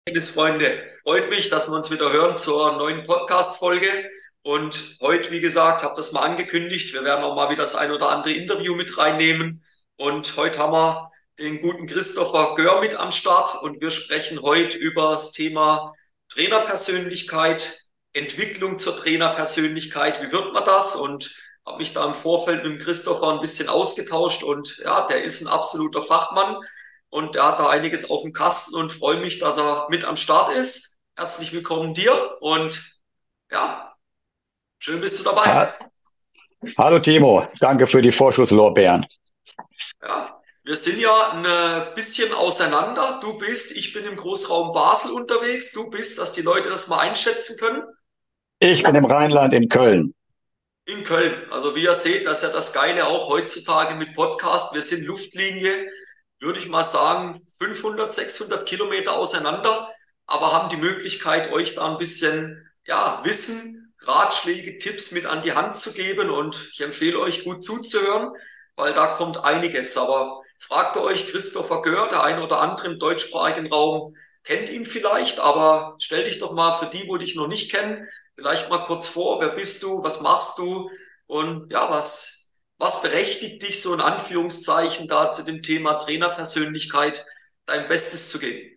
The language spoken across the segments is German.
Freunde, freut mich, dass wir uns wieder hören zur neuen Podcast-Folge. Und heute, wie gesagt, habe das mal angekündigt. Wir werden auch mal wieder das ein oder andere Interview mit reinnehmen. Und heute haben wir den guten Christopher Göhr mit am Start. Und wir sprechen heute über das Thema Trainerpersönlichkeit, Entwicklung zur Trainerpersönlichkeit. Wie wird man das? Und habe mich da im Vorfeld mit dem Christopher ein bisschen ausgetauscht. Und ja, der ist ein absoluter Fachmann. Und er hat da einiges auf dem Kasten und freue mich, dass er mit am Start ist. Herzlich willkommen dir und ja, schön bist du dabei. Ha- Hallo Timo, danke für die Vorschusslorbeeren. Ja, wir sind ja ein bisschen auseinander. Ich bin im Großraum Basel unterwegs. Du bist, dass die Leute das mal einschätzen können, Ich bin im Rheinland in Köln. in Köln. Also wie ihr seht, das ist ja das Geile auch heutzutage mit Podcast. Wir sind Luftlinie, würde ich mal sagen, 500, 600 Kilometer auseinander, aber haben die Möglichkeit, euch da ein bisschen, ja, Wissen, Ratschläge, Tipps mit an die Hand zu geben. Und ich empfehle euch gut zuzuhören, weil da kommt einiges. Aber jetzt fragt ihr euch, Christopher Göhr, der ein oder andere im deutschsprachigen Raum kennt ihn vielleicht, aber stell dich doch mal für die, wo dich noch nicht kennen, vielleicht mal kurz vor. Wer bist du? Was machst du? Und ja, was berechtigt dich so in Anführungszeichen da zu dem Thema Trainerpersönlichkeit dein Bestes zu geben?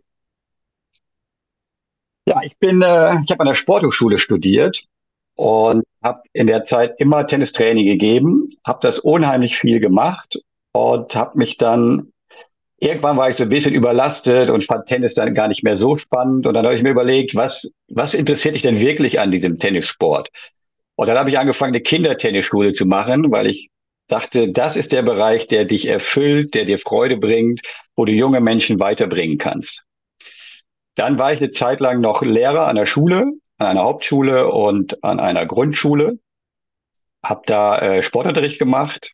Ja, ich habe an der Sporthochschule studiert und habe in der Zeit immer Tennistraining gegeben, habe das unheimlich viel gemacht und habe mich dann, irgendwann war ich so ein bisschen überlastet und fand Tennis dann gar nicht mehr so spannend. Und dann habe ich mir überlegt, was interessiert dich denn wirklich an diesem Tennissport? Und dann habe ich angefangen, eine Kindertennisschule zu machen, weil ich dachte, das ist der Bereich, der dich erfüllt, der dir Freude bringt, wo du junge Menschen weiterbringen kannst. Dann war ich eine Zeit lang noch Lehrer an der Schule, an einer Hauptschule und an einer Grundschule, habe da Sportunterricht gemacht,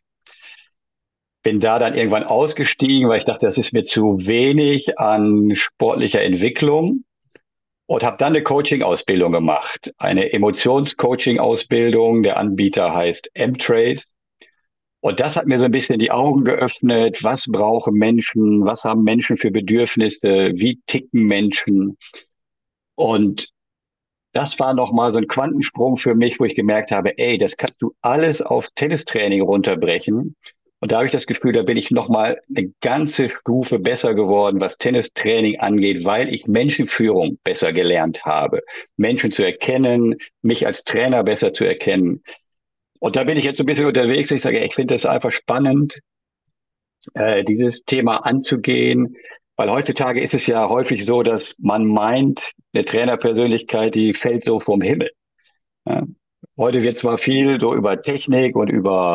bin da dann irgendwann ausgestiegen, weil ich dachte, das ist mir zu wenig an sportlicher Entwicklung und habe dann eine Coaching-Ausbildung gemacht, eine Emotions-Coaching-Ausbildung. Der Anbieter heißt M-Trace. Und das hat mir so ein bisschen die Augen geöffnet. Was brauchen Menschen? Was haben Menschen für Bedürfnisse? Wie ticken Menschen? Und das war nochmal so ein Quantensprung für mich, wo ich gemerkt habe, ey, das kannst du alles aufs Tennistraining runterbrechen. Und da habe ich das Gefühl, da bin ich nochmal eine ganze Stufe besser geworden, was Tennistraining angeht, weil ich Menschenführung besser gelernt habe. Menschen zu erkennen, mich als Trainer besser zu erkennen. Und da bin ich jetzt so ein bisschen unterwegs. Ich sage, ich finde das einfach spannend, dieses Thema anzugehen, weil heutzutage ist es ja häufig so, dass man meint, eine Trainerpersönlichkeit, die fällt so vom Himmel. Ja. Heute wird zwar viel so über Technik und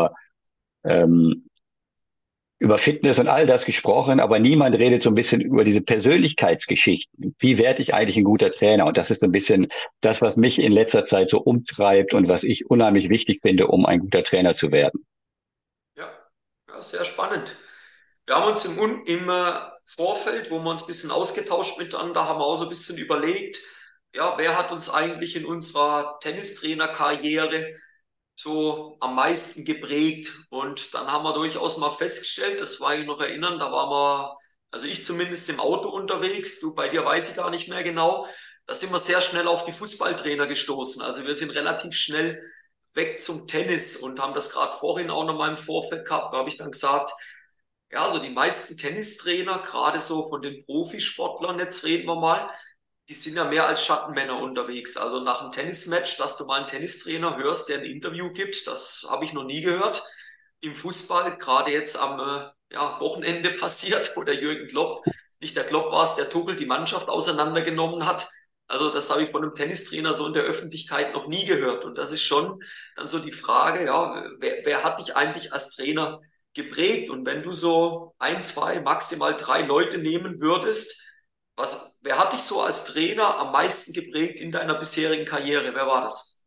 ähm, über Fitness und all das gesprochen, aber niemand redet so ein bisschen über diese Persönlichkeitsgeschichten. Wie werde ich eigentlich ein guter Trainer? Und das ist so ein bisschen das, was mich in letzter Zeit so umtreibt und was ich unheimlich wichtig finde, um ein guter Trainer zu werden. Ja, ja, sehr spannend. Wir haben uns im Vorfeld, wo wir uns ein bisschen ausgetauscht miteinander, haben wir auch so ein bisschen überlegt, ja, wer hat uns eigentlich in unserer Tennistrainerkarriere so am meisten geprägt? Und dann haben wir durchaus mal festgestellt, das war ich noch erinnern, da waren wir, also ich zumindest im Auto unterwegs, du bei dir weiß ich gar nicht mehr genau, da sind wir sehr schnell auf die Fußballtrainer gestoßen. Also wir sind relativ schnell weg zum Tennis und haben das gerade vorhin auch noch mal im Vorfeld gehabt. Da habe ich dann gesagt, ja, so die meisten Tennistrainer, gerade so von den Profisportlern, jetzt reden wir mal, die sind ja mehr als Schattenmänner unterwegs. Also nach einem Tennismatch, dass du mal einen Tennistrainer hörst, der ein Interview gibt, das habe ich noch nie gehört. Im Fußball, gerade jetzt am ja, Wochenende passiert, wo der Jürgen Klopp, nicht der Klopp war es, der Tuchel die Mannschaft auseinandergenommen hat. Also das habe ich von einem Tennistrainer so in der Öffentlichkeit noch nie gehört. Und das ist schon dann so die Frage, ja, wer hat dich eigentlich als Trainer geprägt? Und wenn du so ein, zwei, maximal drei Leute nehmen würdest, wer hat dich so als Trainer am meisten geprägt in deiner bisherigen Karriere? Wer war das?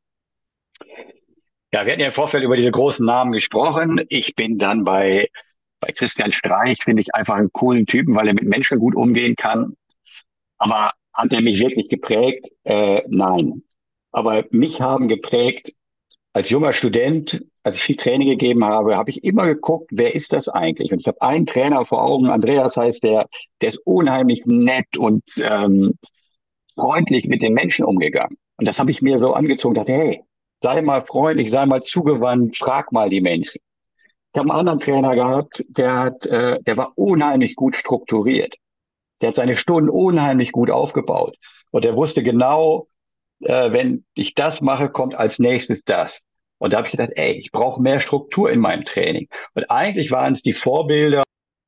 Ja, wir hatten ja im Vorfeld über diese großen Namen gesprochen. Ich bin dann bei Christian Streich, finde ich einfach einen coolen Typen, weil er mit Menschen gut umgehen kann. Aber hat er mich wirklich geprägt? Nein. Aber mich haben geprägt als junger Student, als ich viel Training gegeben habe, habe ich immer geguckt, wer ist das eigentlich? Und ich habe einen Trainer vor Augen, Andreas heißt der, der ist unheimlich nett und freundlich mit den Menschen umgegangen. Und das habe ich mir so angezogen, dachte, hey, sei mal freundlich, sei mal zugewandt, frag mal die Menschen. Ich habe einen anderen Trainer gehabt, der war unheimlich gut strukturiert. Der hat seine Stunden unheimlich gut aufgebaut. Und der wusste genau, wenn ich das mache, kommt als nächstes das. Und da habe ich gedacht, ey, ich brauche mehr Struktur in meinem Training. Und eigentlich waren es die Vorbilder.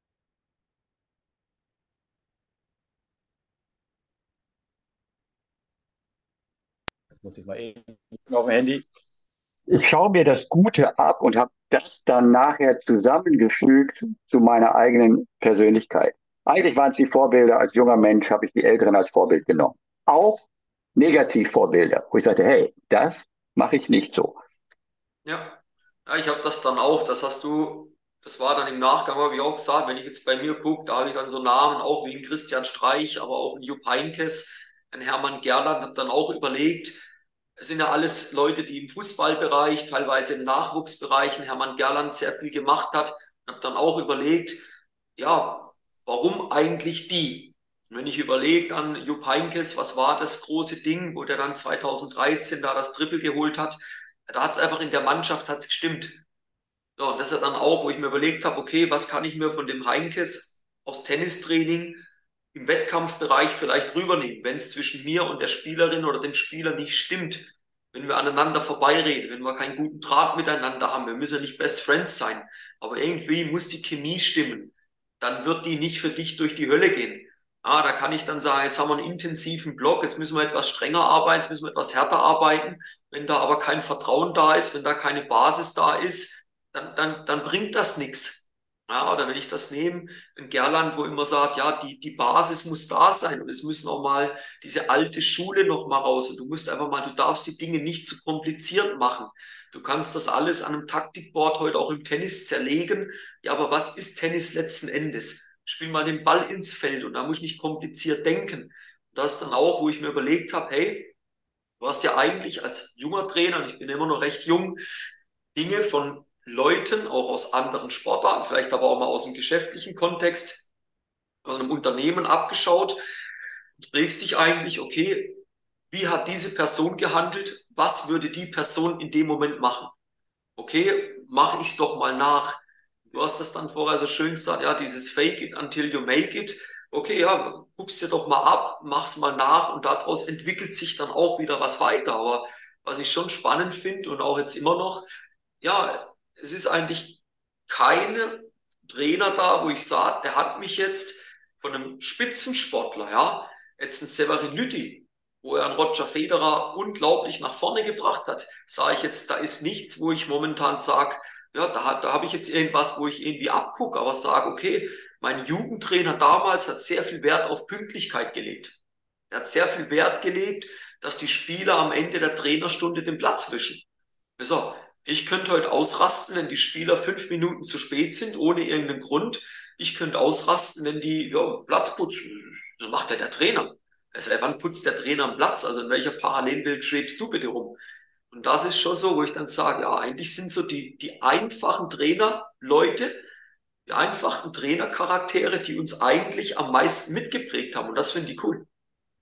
Das muss ich mal eben auf dem Handy. Ich schaue mir das Gute ab und habe das dann nachher zusammengefügt zu meiner eigenen Persönlichkeit. Eigentlich waren es die Vorbilder. Als junger Mensch habe ich die Älteren als Vorbild genommen. Auch Negativvorbilder, wo ich sagte, hey, das mache ich nicht so. Ja, ja, ich habe das dann auch, das war dann im Nachgang, habe ich auch gesagt, wenn ich jetzt bei mir gucke, da habe ich dann so Namen auch wie ein Christian Streich, aber auch ein Jupp Heynckes, ein Hermann Gerland, habe dann auch überlegt, es sind ja alles Leute, die im Fußballbereich, teilweise im Nachwuchsbereich, ein Hermann Gerland sehr viel gemacht hat, habe dann auch überlegt, ja, warum eigentlich die? Und wenn ich überlege, dann Jupp Heynckes, was war das große Ding, wo der dann 2013 da das Triple geholt hat, da hat es einfach in der Mannschaft hat's gestimmt. So, und das ist dann auch, wo ich mir überlegt habe, okay, was kann ich mir von dem Heinkes aus Tennistraining im Wettkampfbereich vielleicht rübernehmen, wenn es zwischen mir und der Spielerin oder dem Spieler nicht stimmt, wenn wir aneinander vorbeireden, wenn wir keinen guten Draht miteinander haben, wir müssen ja nicht Best Friends sein, aber irgendwie muss die Chemie stimmen, dann wird die nicht für dich durch die Hölle gehen. Ah, da kann ich dann sagen, jetzt haben wir einen intensiven Block, jetzt müssen wir etwas strenger arbeiten, jetzt müssen wir etwas härter arbeiten. Wenn da aber kein Vertrauen da ist, wenn da keine Basis da ist, dann bringt das nichts. Ja, oder wenn ich das nehme, in Gerland, wo immer sagt, ja, die Basis muss da sein und es müssen auch mal diese alte Schule noch mal raus und du musst einfach mal, du darfst die Dinge nicht zu kompliziert machen. Du kannst das alles an einem Taktikboard heute auch im Tennis zerlegen. Ja, aber was ist Tennis letzten Endes? Spiel mal den Ball ins Feld und da muss ich nicht kompliziert denken. Und das ist dann auch, wo ich mir überlegt habe, hey, du hast ja eigentlich als junger Trainer, und ich bin immer noch recht jung, Dinge von Leuten, auch aus anderen Sportarten, vielleicht aber auch mal aus dem geschäftlichen Kontext, aus einem Unternehmen abgeschaut und fragst dich eigentlich, okay, wie hat diese Person gehandelt? Was würde die Person in dem Moment machen? Okay, mache ich es doch mal nach. Du hast das dann vorher so schön gesagt, ja, dieses Fake it until you make it. Okay, ja, guck's dir doch mal ab, mach's mal nach und daraus entwickelt sich dann auch wieder was weiter. Aber was ich schon spannend finde und auch jetzt immer noch, ja, es ist eigentlich keine Trainer da, wo ich sage, der hat mich jetzt von einem Spitzensportler, ja, jetzt ein Severin Lütti, wo er einen Roger Federer unglaublich nach vorne gebracht hat, sage ich jetzt, da ist nichts, wo ich momentan sage, ja, da habe ich jetzt irgendwas, wo ich irgendwie abgucke, aber sage, okay, mein Jugendtrainer damals hat sehr viel Wert auf Pünktlichkeit gelegt. Er hat sehr viel Wert gelegt, dass die Spieler am Ende der Trainerstunde den Platz wischen. So, ich könnte heute ausrasten, wenn die Spieler 5 Minuten zu spät sind, ohne irgendeinen Grund. Ich könnte ausrasten, wenn die Platz putzen. So macht ja der Trainer. Also, wann putzt der Trainer am Platz? Also in welcher Parallelwelt schwebst du bitte rum? Und das ist schon so, wo ich dann sage, ja, eigentlich sind so die einfachen Trainerleute, die einfachen Trainercharaktere, die uns eigentlich am meisten mitgeprägt haben. Und das finde ich cool.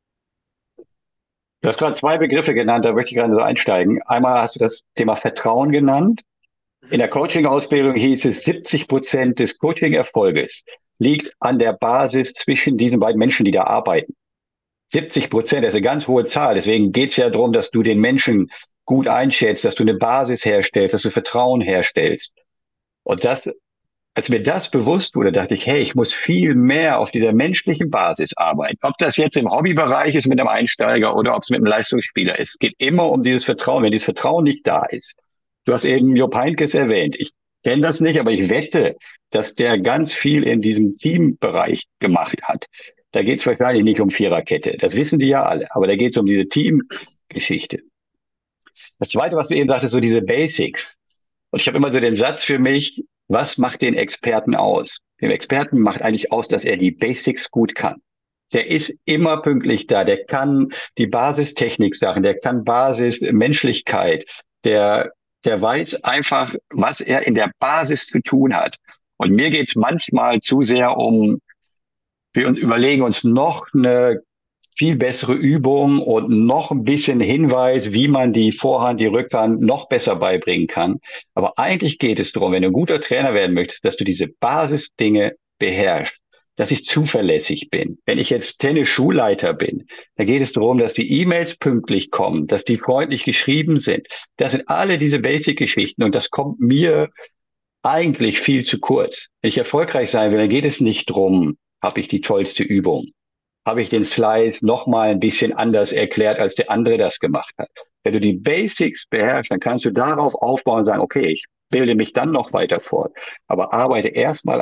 Du hast gerade zwei Begriffe genannt, da möchte ich gerade so einsteigen. Einmal hast du das Thema Vertrauen genannt. In der Mhm. Coaching-Ausbildung hieß es, 70% des Coaching-Erfolges liegt an der Basis zwischen diesen beiden Menschen, die da arbeiten. 70%, das ist eine ganz hohe Zahl. Deswegen geht es ja darum, dass du den Menschen gut einschätzt, dass du eine Basis herstellst, dass du Vertrauen herstellst. Und das, als mir das bewusst wurde, dachte ich, hey, ich muss viel mehr auf dieser menschlichen Basis arbeiten. Ob das jetzt im Hobbybereich ist mit einem Einsteiger oder ob es mit einem Leistungsspieler ist. Es geht immer um dieses Vertrauen. Wenn dieses Vertrauen nicht da ist, du hast eben Jupp Heynckes erwähnt. Ich kenne das nicht, aber ich wette, dass der ganz viel in diesem Teambereich gemacht hat. Da geht es wahrscheinlich nicht um Viererkette. Das wissen die ja alle. Aber da geht es um diese Teamgeschichte. Das Zweite, was du eben sagtest, so diese Basics. Und ich habe immer so den Satz für mich, was macht den Experten aus? Dem Experten macht eigentlich aus, dass er die Basics gut kann. Der ist immer pünktlich da, der kann die Basistechnik-Sachen, der kann Basis-Menschlichkeit, der weiß einfach, was er in der Basis zu tun hat. Und mir geht's manchmal zu sehr um, wir uns überlegen uns noch eine viel bessere Übungen und noch ein bisschen Hinweis, wie man die Vorhand, die Rückhand noch besser beibringen kann. Aber eigentlich geht es darum, wenn du ein guter Trainer werden möchtest, dass du diese Basisdinge beherrschst, dass ich zuverlässig bin. Wenn ich jetzt Tennisschulleiter bin, dann geht es darum, dass die E-Mails pünktlich kommen, dass die freundlich geschrieben sind. Das sind alle diese Basic-Geschichten und das kommt mir eigentlich viel zu kurz. Wenn ich erfolgreich sein will, dann geht es nicht drum, habe ich die tollste Übung, habe ich den Slice noch mal ein bisschen anders erklärt, als der andere das gemacht hat. Wenn du die Basics beherrschst, dann kannst du darauf aufbauen und sagen, okay, ich bilde mich dann noch weiter fort. Aber arbeite erstmal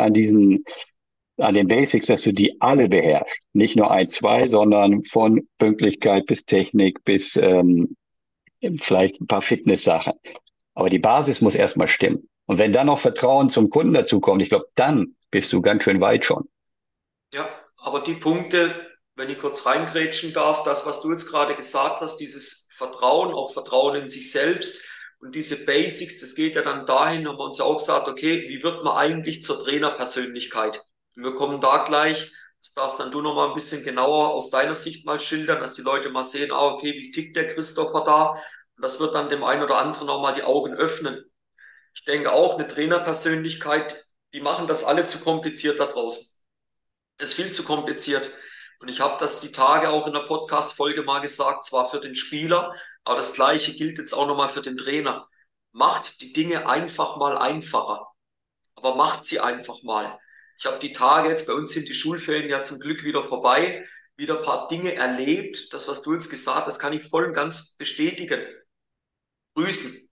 an den Basics, dass du die alle beherrschst. Nicht nur ein, zwei, sondern von Pünktlichkeit bis Technik bis vielleicht ein paar Fitness-Sachen. Aber die Basis muss erstmal stimmen. Und wenn dann noch Vertrauen zum Kunden dazukommt, ich glaube, dann bist du ganz schön weit schon. Ja, aber die Punkte, wenn ich kurz reingrätschen darf, das, was du jetzt gerade gesagt hast, dieses Vertrauen, auch Vertrauen in sich selbst und diese Basics, das geht ja dann dahin, haben wir uns ja auch gesagt, okay, wie wird man eigentlich zur Trainerpersönlichkeit? Und wir kommen da gleich, das darfst dann du noch mal ein bisschen genauer aus deiner Sicht mal schildern, dass die Leute mal sehen, ah, okay, wie tickt der Christopher da? Und das wird dann dem einen oder anderen auch mal die Augen öffnen. Ich denke auch, eine Trainerpersönlichkeit, die machen das alle zu kompliziert da draußen. Das ist viel zu kompliziert. Und ich habe das die Tage auch in der Podcast-Folge mal gesagt, zwar für den Spieler, aber das Gleiche gilt jetzt auch nochmal für den Trainer. Macht die Dinge einfach mal einfacher, aber macht sie einfach mal. Ich habe die Tage jetzt, bei uns sind die Schulferien ja zum Glück wieder vorbei, wieder ein paar Dinge erlebt. Das, was du jetzt gesagt hast, kann ich voll und ganz bestätigen. Grüßen,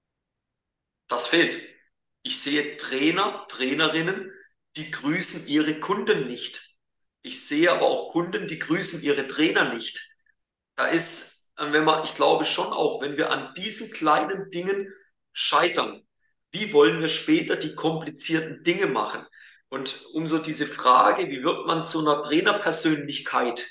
das fehlt. Ich sehe Trainer, Trainerinnen, die grüßen ihre Kunden nicht. Ich sehe aber auch Kunden, die grüßen ihre Trainer nicht. Da ist, wenn man, ich glaube schon auch, wenn wir an diesen kleinen Dingen scheitern, wie wollen wir später die komplizierten Dinge machen? Und umso diese Frage, wie wird man zu einer Trainerpersönlichkeit?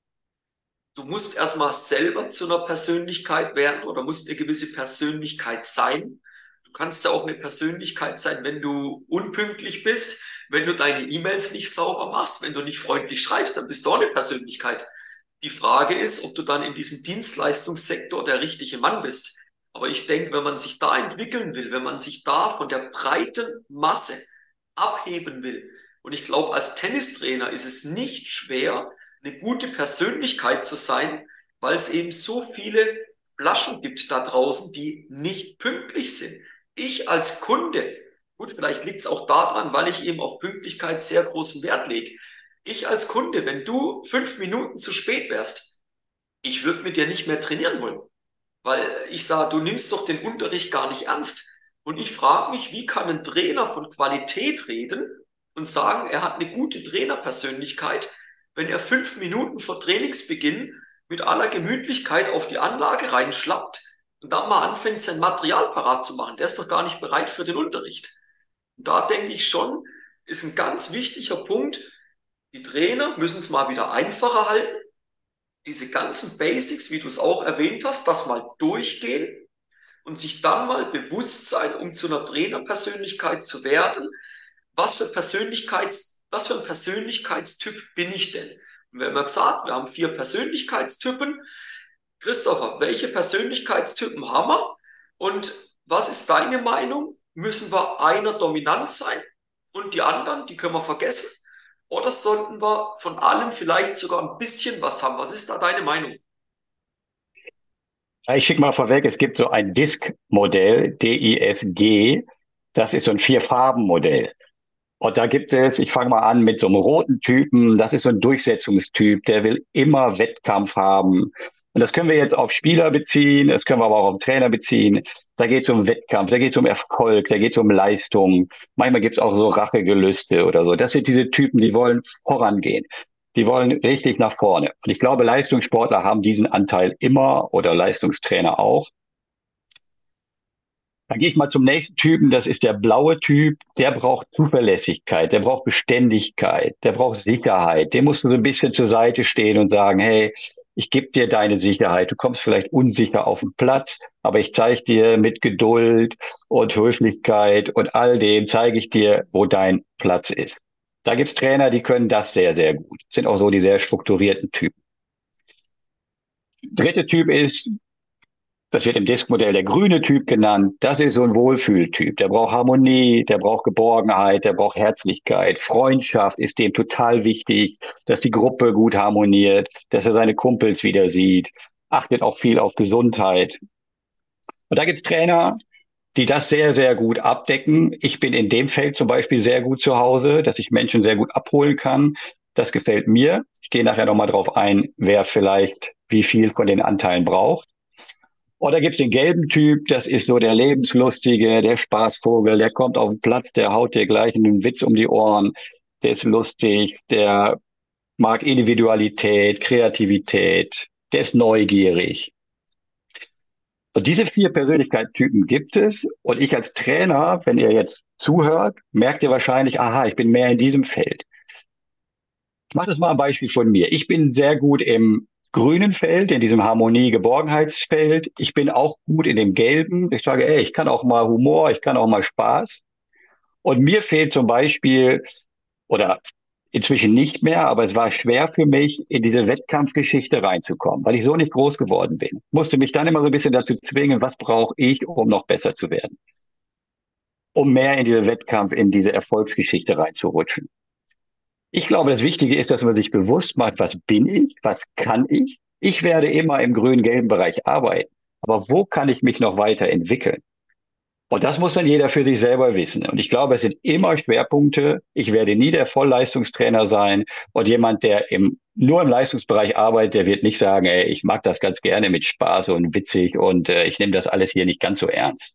Du musst erstmal selber zu einer Persönlichkeit werden oder musst eine gewisse Persönlichkeit sein. Du kannst ja auch eine Persönlichkeit sein, wenn du unpünktlich bist, wenn du deine E-Mails nicht sauber machst, wenn du nicht freundlich schreibst, dann bist du auch eine Persönlichkeit. Die Frage ist, ob du dann in diesem Dienstleistungssektor der richtige Mann bist. Aber ich denke, wenn man sich da entwickeln will, wenn man sich da von der breiten Masse abheben will, und ich glaube, als Tennistrainer ist es nicht schwer, eine gute Persönlichkeit zu sein, weil es eben so viele Flaschen gibt da draußen, die nicht pünktlich sind. Ich als Kunde, gut, vielleicht liegt es auch daran, weil ich eben auf Pünktlichkeit sehr großen Wert lege. Ich als Kunde, wenn du 5 Minuten zu spät wärst, ich würde mit dir nicht mehr trainieren wollen. Weil ich sage, du nimmst doch den Unterricht gar nicht ernst. Und ich frage mich, wie kann ein Trainer von Qualität reden und sagen, er hat eine gute Trainerpersönlichkeit, wenn er 5 Minuten vor Trainingsbeginn mit aller Gemütlichkeit auf die Anlage reinschlappt und dann mal anfängt, sein Material parat zu machen. Der ist doch gar nicht bereit für den Unterricht. Und da denke ich schon, ist ein ganz wichtiger Punkt, die Trainer müssen es mal wieder einfacher halten, diese ganzen Basics, wie du es auch erwähnt hast, das mal durchgehen und sich dann mal bewusst sein, um zu einer Trainerpersönlichkeit zu werden, was für ein Persönlichkeitstyp bin ich denn? Und wir haben ja gesagt, wir haben 4 Persönlichkeitstypen. Christopher, welche Persönlichkeitstypen haben wir? Und was ist deine Meinung? Müssen wir einer dominant sein und die anderen, die können wir vergessen? Oder sollten wir von allem vielleicht sogar ein bisschen was haben? Was ist da deine Meinung? Ja, ich schicke mal vorweg, es gibt so ein Disk-Modell, DISG, das ist so ein Vier-Farben-Modell. Und da gibt es, ich fange mal an mit so einem roten Typen, das ist so ein Durchsetzungstyp, der will immer Wettkampf haben. Und das können wir jetzt auf Spieler beziehen, das können wir aber auch auf Trainer beziehen. Da geht es um Wettkampf, da geht es um Erfolg, da geht es um Leistung. Manchmal gibt es auch so Rachegelüste oder so. Das sind diese Typen, die wollen vorangehen. Die wollen richtig nach vorne. Und ich glaube, Leistungssportler haben diesen Anteil immer oder Leistungstrainer auch. Dann gehe ich mal zum nächsten Typen, das ist der blaue Typ, der braucht Zuverlässigkeit, der braucht Beständigkeit, der braucht Sicherheit. Dem musst du so ein bisschen zur Seite stehen und sagen, hey, ich gebe dir deine Sicherheit. Du kommst vielleicht unsicher auf den Platz, aber ich zeige dir mit Geduld und Höflichkeit und all dem, zeige ich dir, wo dein Platz ist. Da gibt's Trainer, die können das sehr, sehr gut. Das sind auch so die sehr strukturierten Typen. dritte Typ ist, das wird im Disk-Modell der grüne Typ genannt. Das ist so ein Wohlfühltyp. Der braucht Harmonie, der braucht Geborgenheit, der braucht Herzlichkeit. Freundschaft ist dem total wichtig, dass die Gruppe gut harmoniert, dass er seine Kumpels wieder sieht, achtet auch viel auf Gesundheit. Und da gibt's Trainer, die das sehr, sehr gut abdecken. Ich bin in dem Feld zum Beispiel sehr gut zu Hause, dass ich Menschen sehr gut abholen kann. Das gefällt mir. Ich gehe nachher nochmal drauf ein, wer vielleicht wie viel von den Anteilen braucht. Oder gibt's den gelben Typ, das ist so der Lebenslustige, der Spaßvogel, der kommt auf den Platz, der haut dir gleich einen Witz um die Ohren, der ist lustig, der mag Individualität, Kreativität, der ist neugierig. Und diese 4 Persönlichkeitstypen gibt es. Und ich als Trainer, wenn ihr jetzt zuhört, merkt ihr wahrscheinlich, aha, ich bin mehr in diesem Feld. Ich mache das mal ein Beispiel von mir. Ich bin sehr gut im grünen Feld, in diesem Harmonie-Geborgenheitsfeld. Ich bin auch gut in dem gelben. Ich sage, ey, ich kann auch mal Humor, ich kann auch mal Spaß. Und mir fehlt zum Beispiel, oder inzwischen nicht mehr, aber es war schwer für mich, in diese Wettkampfgeschichte reinzukommen, weil ich so nicht groß geworden bin. Musste mich dann immer so ein bisschen dazu zwingen, was brauche ich, um noch besser zu werden, um mehr in diese Wettkampf, in diese Erfolgsgeschichte reinzurutschen. Ich glaube, das Wichtige ist, dass man sich bewusst macht, was bin ich, was kann ich. Ich werde immer im grün-gelben Bereich arbeiten, aber wo kann ich mich noch weiterentwickeln? Und das muss dann jeder für sich selber wissen. Und ich glaube, es sind immer Schwerpunkte. Ich werde nie der Vollleistungstrainer sein. Und jemand, der nur im Leistungsbereich arbeitet, der wird nicht sagen, ey, ich mag das ganz gerne mit Spaß und witzig und ich nehme das alles hier nicht ganz so ernst.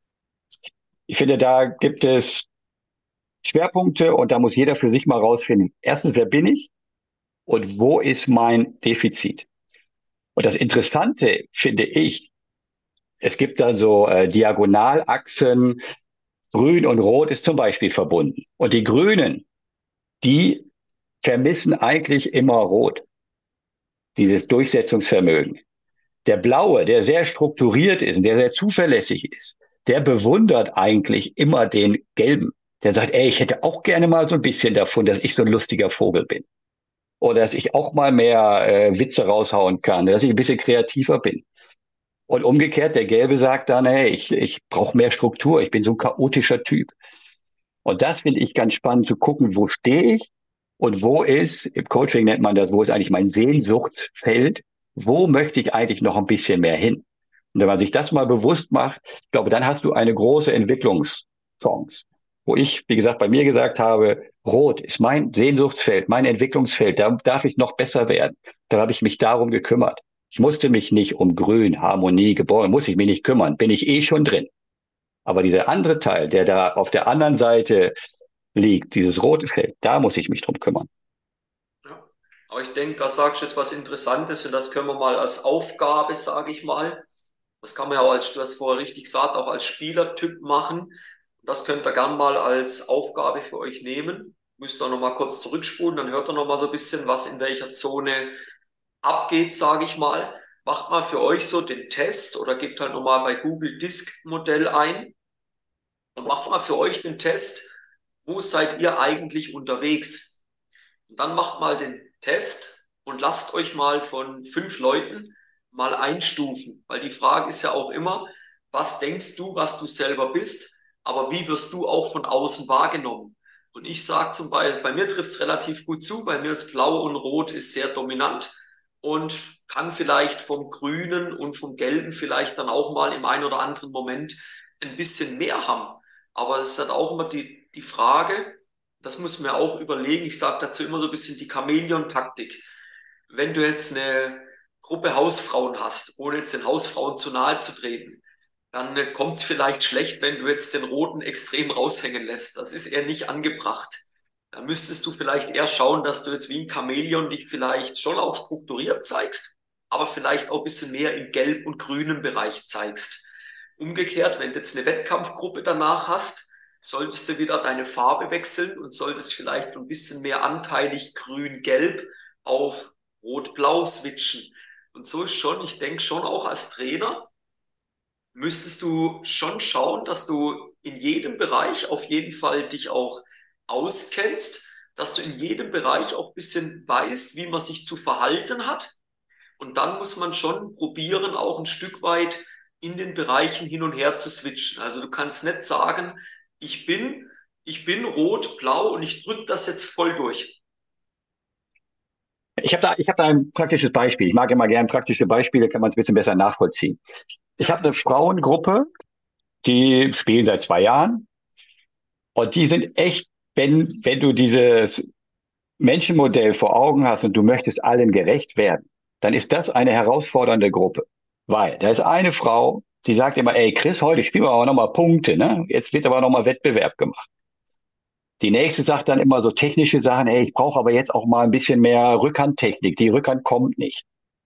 Ich finde, da gibt es Schwerpunkte und da muss jeder für sich mal rausfinden. Erstens, wer bin ich und wo ist mein Defizit? Und das Interessante finde ich, es gibt dann so Diagonalachsen. Grün und Rot ist zum Beispiel verbunden. Und die Grünen, die vermissen eigentlich immer Rot, dieses Durchsetzungsvermögen. Der Blaue, der sehr strukturiert ist und der sehr zuverlässig ist, der bewundert eigentlich immer den Gelben. Der sagt, ey, ich hätte auch gerne mal so ein bisschen davon, dass ich so ein lustiger Vogel bin. Oder dass ich auch mal mehr Witze raushauen kann, dass ich ein bisschen kreativer bin. Und umgekehrt, der Gelbe sagt dann, hey, ich brauche mehr Struktur, ich bin so ein chaotischer Typ. Und das finde ich ganz spannend zu gucken, wo stehe ich und wo ist, im Coaching nennt man das, wo ist eigentlich mein Sehnsuchtsfeld, wo möchte ich eigentlich noch ein bisschen mehr hin? Und wenn man sich das mal bewusst macht, ich glaube, dann hast du eine große Entwicklungschance. Wo ich, wie gesagt, bei mir gesagt habe, Rot ist mein Sehnsuchtsfeld, mein Entwicklungsfeld, da darf ich noch besser werden. Da habe ich mich darum gekümmert. Ich musste mich nicht um Grün, Harmonie, Gebäude, muss ich mich nicht kümmern, bin ich eh schon drin. Aber dieser andere Teil, der da auf der anderen Seite liegt, dieses rote Feld, da muss ich mich drum kümmern. Ja. Aber ich denke, da sagst du jetzt was Interessantes und das können wir mal als Aufgabe, sage ich mal. Das kann man ja auch, als du hast vorher richtig gesagt, auch als Spielertyp machen. Das könnt ihr gern mal als Aufgabe für euch nehmen. Müsst ihr noch mal kurz zurückspulen, dann hört ihr noch mal so ein bisschen, was in welcher Zone abgeht, sage ich mal. Macht mal für euch so den Test oder gebt halt noch mal bei Google Disk Modell ein und macht mal für euch den Test, wo seid ihr eigentlich unterwegs? Und dann macht mal den Test und lasst euch mal von 5 Leuten mal einstufen. Weil die Frage ist ja auch immer, was denkst du, was du selber bist, aber wie wirst du auch von außen wahrgenommen? Und ich sage zum Beispiel, bei mir trifft es relativ gut zu, bei mir ist Blau und Rot ist sehr dominant und kann vielleicht vom Grünen und vom Gelben vielleicht dann auch mal im einen oder anderen Moment ein bisschen mehr haben. Aber es ist halt auch immer die Frage, das muss man auch überlegen. Ich sage dazu immer so ein bisschen die Chamäleon-Taktik. Wenn du jetzt eine Gruppe Hausfrauen hast, ohne jetzt den Hausfrauen zu nahe zu treten, dann kommt es vielleicht schlecht, wenn du jetzt den Roten extrem raushängen lässt. Das ist eher nicht angebracht. Da müsstest du vielleicht eher schauen, dass du jetzt wie ein Chamäleon dich vielleicht schon auch strukturiert zeigst, aber vielleicht auch ein bisschen mehr im gelb- und grünen Bereich zeigst. Umgekehrt, wenn du jetzt eine Wettkampfgruppe danach hast, solltest du wieder deine Farbe wechseln und solltest vielleicht von ein bisschen mehr anteilig grün-gelb auf rot-blau switchen. Und so ist schon, ich denke schon auch als Trainer, müsstest du schon schauen, dass du in jedem Bereich auf jeden Fall dich auch auskennst, dass du in jedem Bereich auch ein bisschen weißt, wie man sich zu verhalten hat. Und dann muss man schon probieren, auch ein Stück weit in den Bereichen hin und her zu switchen. Also du kannst nicht sagen, ich bin, ich bin rot, blau und ich drücke das jetzt voll durch. Ich hab da ein praktisches Beispiel. Ich mag immer gerne praktische Beispiele, kann man es ein bisschen besser nachvollziehen. Ich habe Ja, eine Frauengruppe, die spielen seit 2 Jahren und die sind echt, wenn du dieses Menschenmodell vor Augen hast und du möchtest allen gerecht werden, dann ist das eine herausfordernde Gruppe. Weil da ist eine Frau, die sagt immer, ey Chris, heute spielen wir aber nochmal Punkte, ne? Jetzt wird aber nochmal Wettbewerb gemacht. Die nächste sagt dann immer so technische Sachen, ey, ich brauche aber jetzt auch mal ein bisschen mehr Rückhandtechnik. Die Rückhand kommt nicht.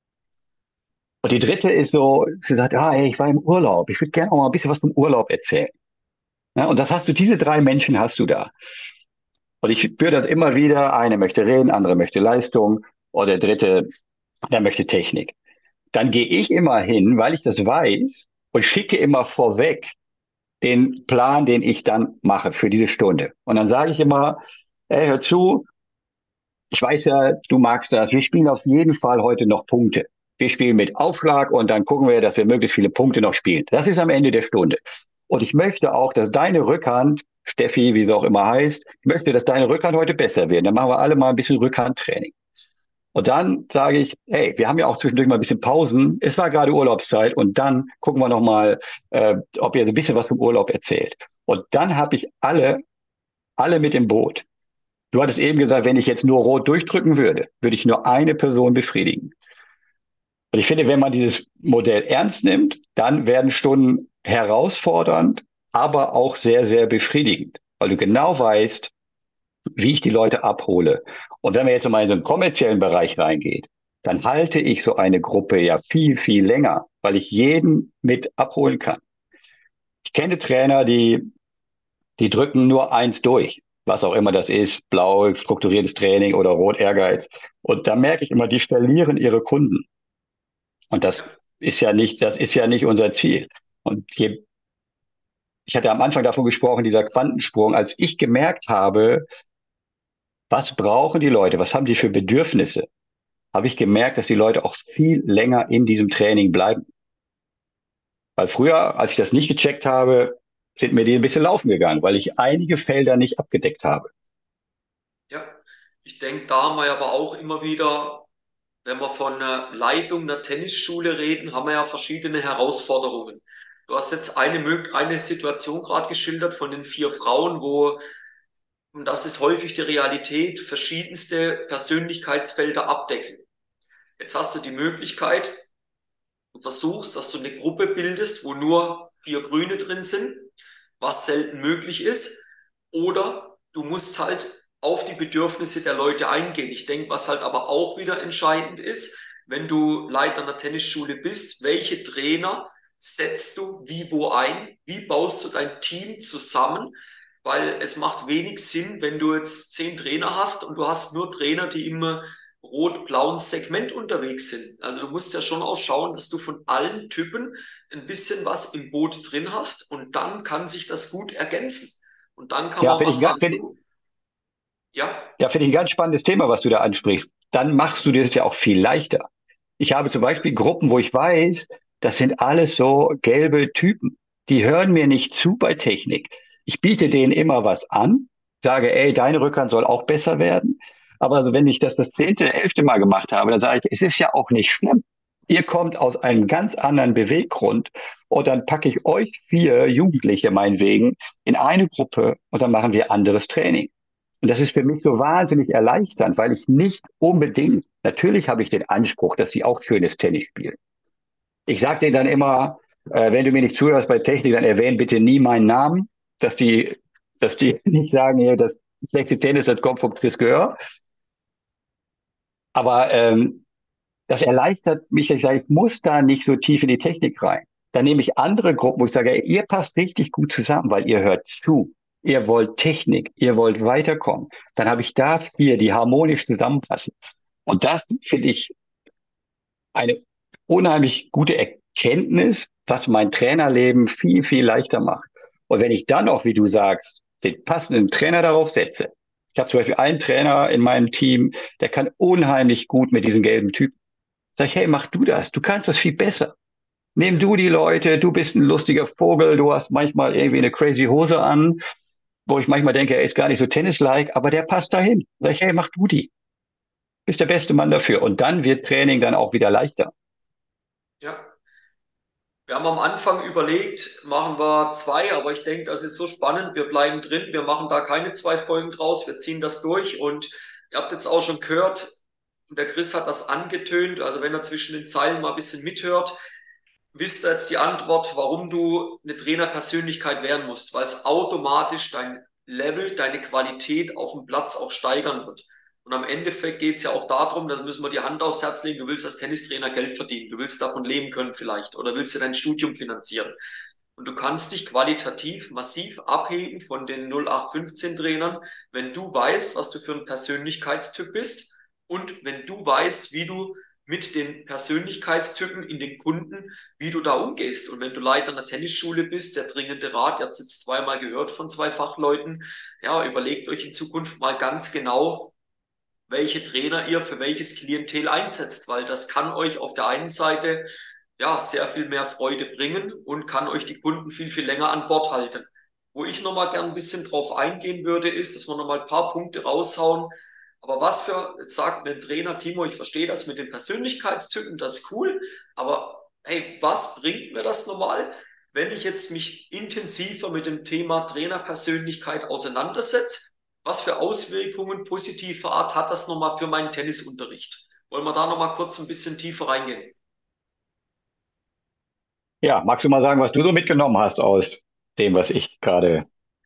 Und die dritte ist so, sie sagt, ah, ey, ich war im Urlaub. Ich würde gerne auch mal ein bisschen was vom Urlaub erzählen. Ja, und das hast du, diese 3 Menschen hast du da. Und ich spüre das immer wieder. Eine möchte reden, andere möchte Leistung oder der dritte, der möchte Technik. Dann gehe ich immer hin, weil ich das weiß und schicke immer vorweg den Plan, den ich dann mache für diese Stunde. Und dann sage ich immer, ey, hör zu, ich weiß ja, du magst das. Wir spielen auf jeden Fall heute noch Punkte. Wir spielen mit Aufschlag und dann gucken wir, dass wir möglichst viele Punkte noch spielen. Das ist am Ende der Stunde. Und ich möchte auch, dass deine Rückhand, Steffi, wie sie auch immer heißt, ich möchte, dass deine Rückhand heute besser wird. Dann machen wir alle mal ein bisschen Rückhandtraining. Und dann sage ich, hey, wir haben ja auch zwischendurch mal ein bisschen Pausen. Es war gerade Urlaubszeit und dann gucken wir noch mal, ob ihr so ein bisschen was vom Urlaub erzählt. Und dann habe ich alle mit im Boot. Du hattest eben gesagt, wenn ich jetzt nur rot durchdrücken würde, würde ich nur eine Person befriedigen. Und ich finde, wenn man dieses Modell ernst nimmt, dann werden Stunden herausfordernd, aber auch sehr, sehr befriedigend, weil du genau weißt, wie ich die Leute abhole. Und wenn man jetzt mal in so einen kommerziellen Bereich reingeht, dann halte ich so eine Gruppe ja viel, viel länger, weil ich jeden mit abholen kann. Ich kenne Trainer, die drücken nur eins durch, was auch immer das ist, blau, strukturiertes Training oder rot Ehrgeiz. Und da merke ich immer, die verlieren ihre Kunden. Und ja, das ist ja nicht unser Ziel. Und ich hatte am Anfang davon gesprochen, dieser Quantensprung, als ich gemerkt habe, was brauchen die Leute, was haben die für Bedürfnisse, habe ich gemerkt, dass die Leute auch viel länger in diesem Training bleiben. Weil früher, als ich das nicht gecheckt habe, sind mir die ein bisschen laufen gegangen, weil ich einige Felder nicht abgedeckt habe. ja. Ich denke, da haben wir aber auch immer wieder, wenn wir von einer Leitung einer Tennisschule reden, haben wir ja verschiedene Herausforderungen. Du hast jetzt eine Situation gerade geschildert von den 4 Frauen, wo, und das ist häufig die Realität, verschiedenste Persönlichkeitsfelder abdecken. Jetzt hast du die Möglichkeit, du versuchst, dass du eine Gruppe bildest, wo nur 4 Grüne drin sind, was selten möglich ist, oder du musst halt auf die Bedürfnisse der Leute eingehen. Ich denke, was halt aber auch wieder entscheidend ist, wenn du Leiter einer Tennisschule bist, welche Trainer setzt du wie wo ein? Wie baust du dein Team zusammen? Weil es macht wenig Sinn, wenn du jetzt 10 Trainer hast und du hast nur Trainer, die immer rot-blauen Segment unterwegs sind. Also du musst ja schon auch schauen, dass du von allen Typen ein bisschen was im Boot drin hast und dann kann sich das gut ergänzen. Und dann kann Ja, man was sagen, du, ja, finde ich ein ganz spannendes Thema, was du da ansprichst. Dann machst du dir das ja auch viel leichter. Ich habe zum Beispiel Gruppen, wo ich weiß, das sind alles so gelbe Typen. Die hören mir nicht zu bei Technik. Ich biete denen immer was an, sage, ey, deine Rückhand soll auch besser werden. Aber also wenn ich das 10., 11. Mal gemacht habe, dann sage ich, es ist ja auch nicht schlimm. Ihr kommt aus einem ganz anderen Beweggrund und dann packe ich euch 4 Jugendliche meinetwegen in eine Gruppe und dann machen wir anderes Training. Und das ist für mich so wahnsinnig erleichternd, weil ich nicht unbedingt, natürlich habe ich den Anspruch, dass sie auch schönes Tennis spielen. Ich sage denen dann immer, wenn du mir nicht zuhörst bei Technik, dann erwähnen bitte nie meinen Namen, dass die nicht sagen, hier, das schlechte Tennis, das kommt vom Chris Gehör. Aber das erleichtert mich, dass ich sage, ich muss da nicht so tief in die Technik rein. Dann nehme ich andere Gruppen, wo ich sage, ey, ihr passt richtig gut zusammen, weil ihr hört zu. Ihr wollt Technik, ihr wollt weiterkommen. Dann habe ich da 4, die harmonisch zusammenpassen. Und das finde ich eine unheimlich gute Erkenntnis, was mein Trainerleben viel, viel leichter macht. Und wenn ich dann auch, wie du sagst, den passenden Trainer darauf setze. Ich habe zum Beispiel einen Trainer in meinem Team, der kann unheimlich gut mit diesen gelben Typen. Sag ich, hey, mach du das. Du kannst das viel besser. Nimm du die Leute, du bist ein lustiger Vogel, du hast manchmal irgendwie eine crazy Hose an, wo ich manchmal denke, er ist gar nicht so tennislike, aber der passt dahin. Sag ich, hey, mach du die. Bist der beste Mann dafür. Und dann wird Training dann auch wieder leichter. Ja. Wir haben am Anfang überlegt, machen wir zwei, aber ich denke, das ist so spannend. Wir bleiben drin. Wir machen da keine zwei Folgen draus. Wir ziehen das durch. Und ihr habt jetzt auch schon gehört, und der Chris hat das angetönt. Also wenn er zwischen den Zeilen mal ein bisschen mithört, wisst ihr jetzt die Antwort, warum du eine Trainerpersönlichkeit werden musst, weil es automatisch dein Level, deine Qualität auf dem Platz auch steigern wird. Und am Endeffekt geht es ja auch darum, das müssen wir die Hand aufs Herz legen, du willst als Tennistrainer Geld verdienen, du willst davon leben können vielleicht oder willst du dein Studium finanzieren. Und du kannst dich qualitativ massiv abheben von den 0815 Trainern, wenn du weißt, was du für ein Persönlichkeitstyp bist und wenn du weißt, wie du mit den Persönlichkeitstypen in den Kunden, wie du da umgehst. Und wenn du Leiter einer Tennisschule bist, der dringende Rat, ihr habt es jetzt zweimal gehört von zwei Fachleuten, ja, überlegt euch in Zukunft mal ganz genau, welche Trainer ihr für welches Klientel einsetzt, weil das kann euch auf der einen Seite ja sehr viel mehr Freude bringen und kann euch die Kunden viel, viel länger an Bord halten. Wo ich nochmal gern ein bisschen drauf eingehen würde, ist, dass wir nochmal ein paar Punkte raushauen. Aber was für, jetzt sagt mir ein Trainer, Timo, ich verstehe das mit den Persönlichkeitstypen, das ist cool, aber hey, was bringt mir das nochmal, wenn ich jetzt mich intensiver mit dem Thema Trainerpersönlichkeit auseinandersetze? Was für Auswirkungen positiver Art hat das nochmal für meinen Tennisunterricht? Wollen wir da nochmal kurz ein bisschen tiefer reingehen? Ja, magst du mal sagen, was du so mitgenommen hast aus dem, was ich gerade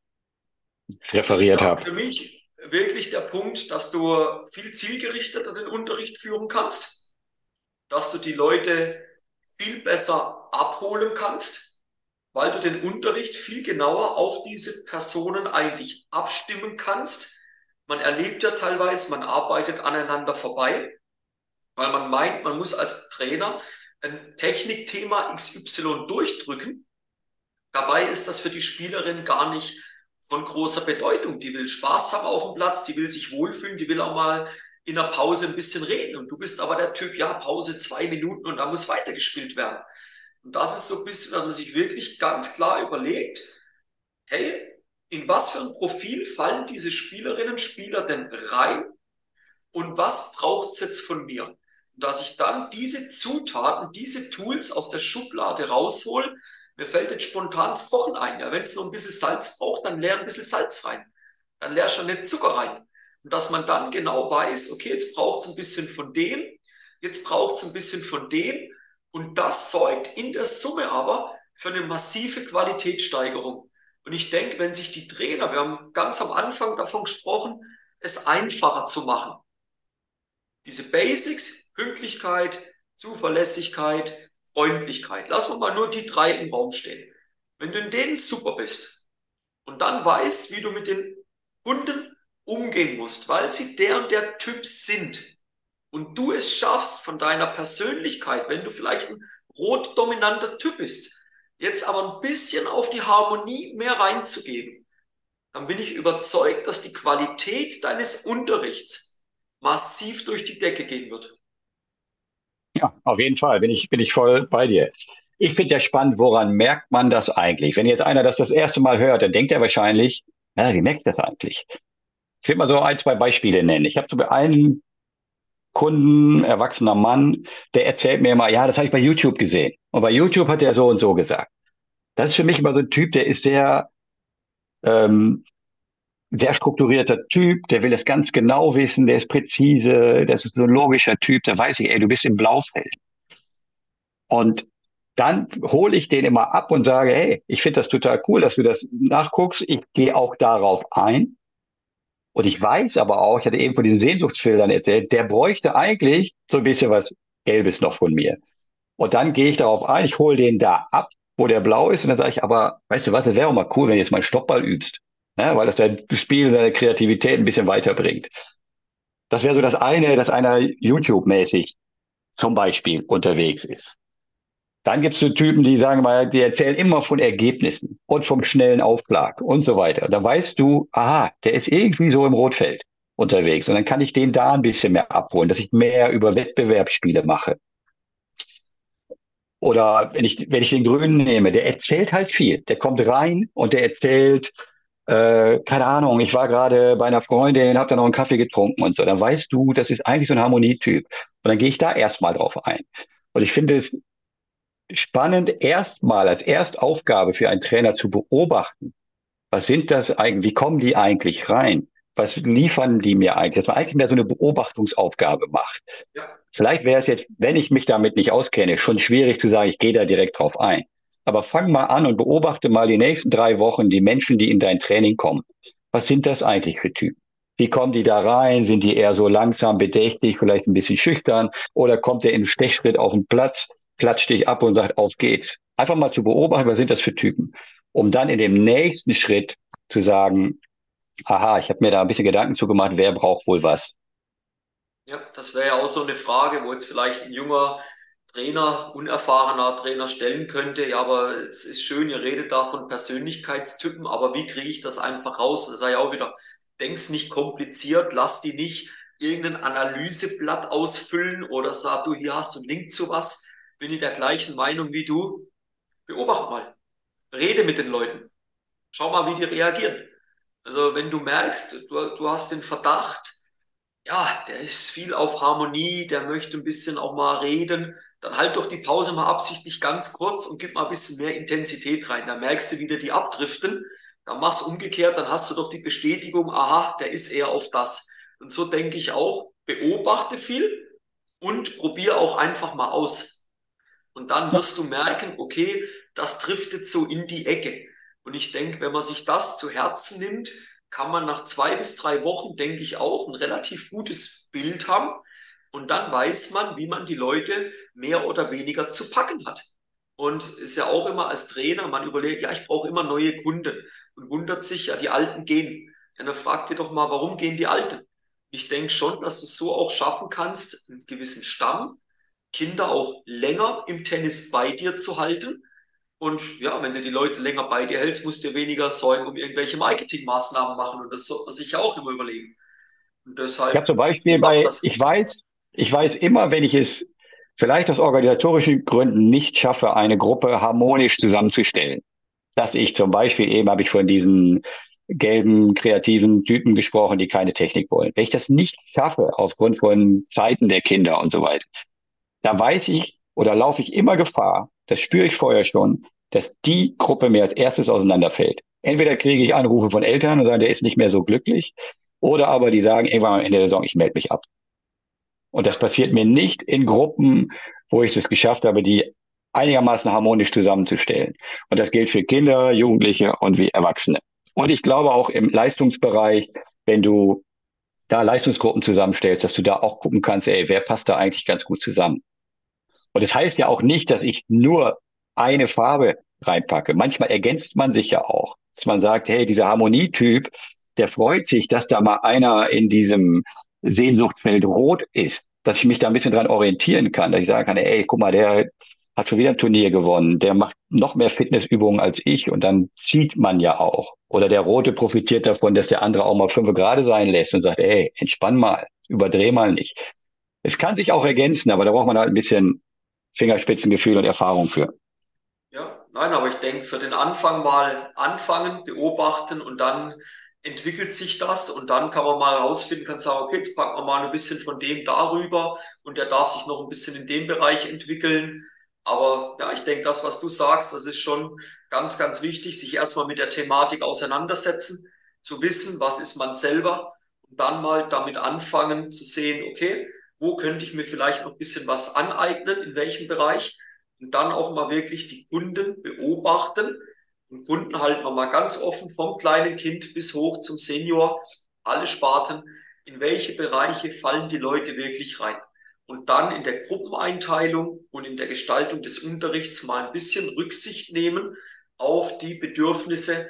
Also ich referiert sage habe? für mich wirklich der Punkt, dass du viel zielgerichteter den Unterricht führen kannst, dass du die Leute viel besser abholen kannst, weil du den Unterricht viel genauer auf diese Personen eigentlich abstimmen kannst. Man erlebt ja teilweise, man arbeitet aneinander vorbei, weil man meint, man muss als Trainer ein Technikthema XY durchdrücken. Dabei ist das für die Spielerin gar nicht von großer Bedeutung. Die will Spaß haben auf dem Platz, die will sich wohlfühlen, die will auch mal in der Pause ein bisschen reden. Und du bist aber der Typ, ja, Pause 2 Minuten und da muss weitergespielt werden. Und das ist so ein bisschen, dass man sich wirklich ganz klar überlegt, hey, in was für ein Profil fallen diese Spielerinnen und Spieler denn rein und was braucht es jetzt von mir? Und dass ich dann diese Zutaten, diese Tools aus der Schublade raushol. Mir fällt jetzt spontan das Kochen ein. Ja, wenn es nur ein bisschen Salz braucht, dann leer ein bisschen Salz rein. Dann leer schon nicht Zucker rein. Und dass man dann genau weiß, okay, jetzt braucht es ein bisschen von dem, jetzt braucht es ein bisschen von dem. Und das sorgt in der Summe aber für eine massive Qualitätssteigerung. Und ich denke, wenn sich die Trainer, wir haben ganz am Anfang davon gesprochen, es einfacher zu machen, diese Basics, Pünktlichkeit, Zuverlässigkeit, Freundlichkeit. Lassen wir mal nur die drei im Raum stehen. Wenn du in denen super bist und dann weißt, wie du mit den Kunden umgehen musst, weil sie der und der Typ sind und du es schaffst von deiner Persönlichkeit, wenn du vielleicht ein rot dominanter Typ bist, jetzt aber ein bisschen auf die Harmonie mehr reinzugeben, dann bin ich überzeugt, dass die Qualität deines Unterrichts massiv durch die Decke gehen wird. Ja, auf jeden Fall bin ich voll bei dir. Ich finde ja spannend, woran merkt man das eigentlich? Wenn jetzt einer das erste Mal hört, dann denkt er wahrscheinlich, ja, wie merkt das eigentlich? Ich will mal so ein, zwei Beispiele nennen. Ich habe so einen Kunden, erwachsener Mann, der erzählt mir immer, ja, das habe ich bei YouTube gesehen. Und bei YouTube hat er so und so gesagt. Das ist für mich immer so ein Typ, der ist ähm, sehr strukturierter Typ, der will es ganz genau wissen, der ist präzise, das ist so ein logischer Typ, da weiß ich, ey, du bist im Blaufeld. Und dann hole ich den immer ab und sage, hey, ich finde das total cool, dass du das nachguckst. Ich gehe auch darauf ein. Und ich weiß aber auch, ich hatte eben von diesen Sehnsuchtsfiltern erzählt, der bräuchte eigentlich so ein bisschen was Gelbes noch von mir. Und dann gehe ich darauf ein, ich hole den da ab, wo der blau ist. Und dann sage ich, aber weißt du was, das wäre auch mal cool, wenn du jetzt mal Stoppball übst. Ja, weil das dein Spiel, deine Kreativität ein bisschen weiterbringt. Das wäre so das eine, dass einer YouTube-mäßig zum Beispiel unterwegs ist. Dann gibt es so Typen, die sagen mal, die erzählen immer von Ergebnissen und vom schnellen Aufschlag und so weiter. Da weißt du, aha, der ist irgendwie so im Rotfeld unterwegs. Und dann kann ich den da ein bisschen mehr abholen, dass ich mehr über Wettbewerbsspiele mache. Oder wenn ich den Grünen nehme, der erzählt halt viel. Der kommt rein und der erzählt, keine Ahnung, ich war gerade bei einer Freundin, habe da noch einen Kaffee getrunken und so. Dann weißt du, das ist eigentlich so ein Harmonietyp. Und dann gehe ich da erstmal drauf ein. Und ich finde es spannend, erstmal als Erstaufgabe für einen Trainer zu beobachten. Was sind das eigentlich? Wie kommen die eigentlich rein? Was liefern die mir eigentlich? Dass man eigentlich mehr so eine Beobachtungsaufgabe macht. Ja, Vielleicht wäre es jetzt, wenn ich mich damit nicht auskenne, schon schwierig zu sagen, ich gehe da direkt drauf ein. Aber fang mal an und beobachte mal die nächsten 3 Wochen die Menschen, die in dein Training kommen. Was sind das eigentlich für Typen? Wie kommen die da rein? Sind die eher so langsam, bedächtig, vielleicht ein bisschen schüchtern? Oder kommt der im Stechschritt auf den Platz, klatscht dich ab und sagt, auf geht's? Einfach mal zu beobachten, was sind das für Typen? Um dann in dem nächsten Schritt zu sagen, aha, ich habe mir da ein bisschen Gedanken zu gemacht, wer braucht wohl was? ja, das wäre ja auch so eine Frage, wo jetzt vielleicht ein junger Trainer, unerfahrener Trainer stellen könnte. Ja, aber es ist schön, ihr redet da von Persönlichkeitstypen, aber wie kriege ich das einfach raus? Das sei ja auch wieder, denk's nicht kompliziert, lass die nicht irgendein Analyseblatt ausfüllen oder sag du, hier hast du einen Link zu was, bin ich der gleichen Meinung wie du. Beobacht mal, rede mit den Leuten, schau mal, wie die reagieren. Also wenn du merkst, du hast den Verdacht, ja, der ist viel auf Harmonie, der möchte ein bisschen auch mal reden, dann halt doch die Pause mal absichtlich ganz kurz und gib mal ein bisschen mehr Intensität rein. Dann merkst du wieder die abdriften, dann mach's umgekehrt, dann hast du doch die Bestätigung, aha, der ist eher auf das. Und so denke ich auch, beobachte viel und probier auch einfach mal aus. Und dann wirst du merken, okay, das driftet so in die Ecke. Und ich denke, wenn man sich das zu Herzen nimmt, kann man nach 2 bis 3 Wochen, denke ich, auch ein relativ gutes Bild haben. Und dann weiß man, wie man die Leute mehr oder weniger zu packen hat. Und ist ja auch immer als Trainer, man überlegt, ja, ich brauche immer neue Kunden und wundert sich, ja, die Alten gehen. Ja, dann fragt ihr doch mal, warum gehen die Alten? Ich denke schon, dass du es so auch schaffen kannst, einen gewissen Stamm, Kinder auch länger im Tennis bei dir zu halten. Und ja, wenn du die Leute länger bei dir hältst, musst du dir weniger Sorgen um irgendwelche Marketingmaßnahmen machen. Und das sollte man sich ja auch immer überlegen. Und Ich habe deshalb zum Beispiel beobachte bei, das. ich weiß immer, wenn ich es vielleicht aus organisatorischen Gründen nicht schaffe, eine Gruppe harmonisch zusammenzustellen, dass ich zum Beispiel eben habe ich von diesen gelben kreativen Typen gesprochen, die keine Technik wollen. Wenn ich das nicht schaffe, aufgrund von Zeiten der Kinder und so weiter, da weiß ich oder laufe ich immer Gefahr, das spüre ich vorher schon, dass die Gruppe mir als erstes auseinanderfällt. Entweder kriege ich Anrufe von Eltern und sagen, der ist nicht mehr so glücklich, oder aber die sagen irgendwann am Ende der Saison, ich melde mich ab. Und das Ja, passiert mir nicht in Gruppen, wo ich es geschafft habe, die einigermaßen harmonisch zusammenzustellen. Und das gilt für Kinder, Jugendliche und wie Erwachsene. Und ich glaube auch im Leistungsbereich, wenn du da Leistungsgruppen zusammenstellst, dass du da auch gucken kannst, ey, wer passt da eigentlich ganz gut zusammen. Und das heißt ja auch nicht, dass ich nur eine Farbe reinpacke. Manchmal ergänzt man sich ja auch, dass man sagt, hey, dieser Harmonietyp, der freut sich, dass da mal einer in diesem Sehnsuchtsfeld rot ist, dass ich mich da ein bisschen dran orientieren kann, dass ich sagen kann, ey, guck mal, der hat schon wieder ein Turnier gewonnen, der macht noch mehr Fitnessübungen als ich und dann zieht man ja auch. Oder der Rote profitiert davon, dass der andere auch mal 5 Grad sein lässt und sagt, ey, entspann mal, überdreh mal nicht. Es kann sich auch ergänzen, aber da braucht man halt ein bisschen Fingerspitzengefühl und Erfahrung für. ja, nein, aber ich denke, für den Anfang mal anfangen, beobachten und dann entwickelt sich das und dann kann man mal rausfinden, kann sagen, okay, jetzt packen wir mal ein bisschen von dem darüber und der darf sich noch ein bisschen in dem Bereich entwickeln. Aber ja, ich denke, das, was du sagst, das ist schon ganz, ganz wichtig, sich erstmal mit der Thematik auseinandersetzen, zu wissen, was ist man selber und dann mal damit anfangen zu sehen, okay, wo könnte ich mir vielleicht noch ein bisschen was aneignen, in welchem Bereich und dann auch mal wirklich die Kunden beobachten. Und Kunden halten wir mal ganz offen, vom kleinen Kind bis hoch zum Senior, alle Sparten, in welche Bereiche fallen die Leute wirklich rein. Und dann in der Gruppeneinteilung und in der Gestaltung des Unterrichts mal ein bisschen Rücksicht nehmen auf die Bedürfnisse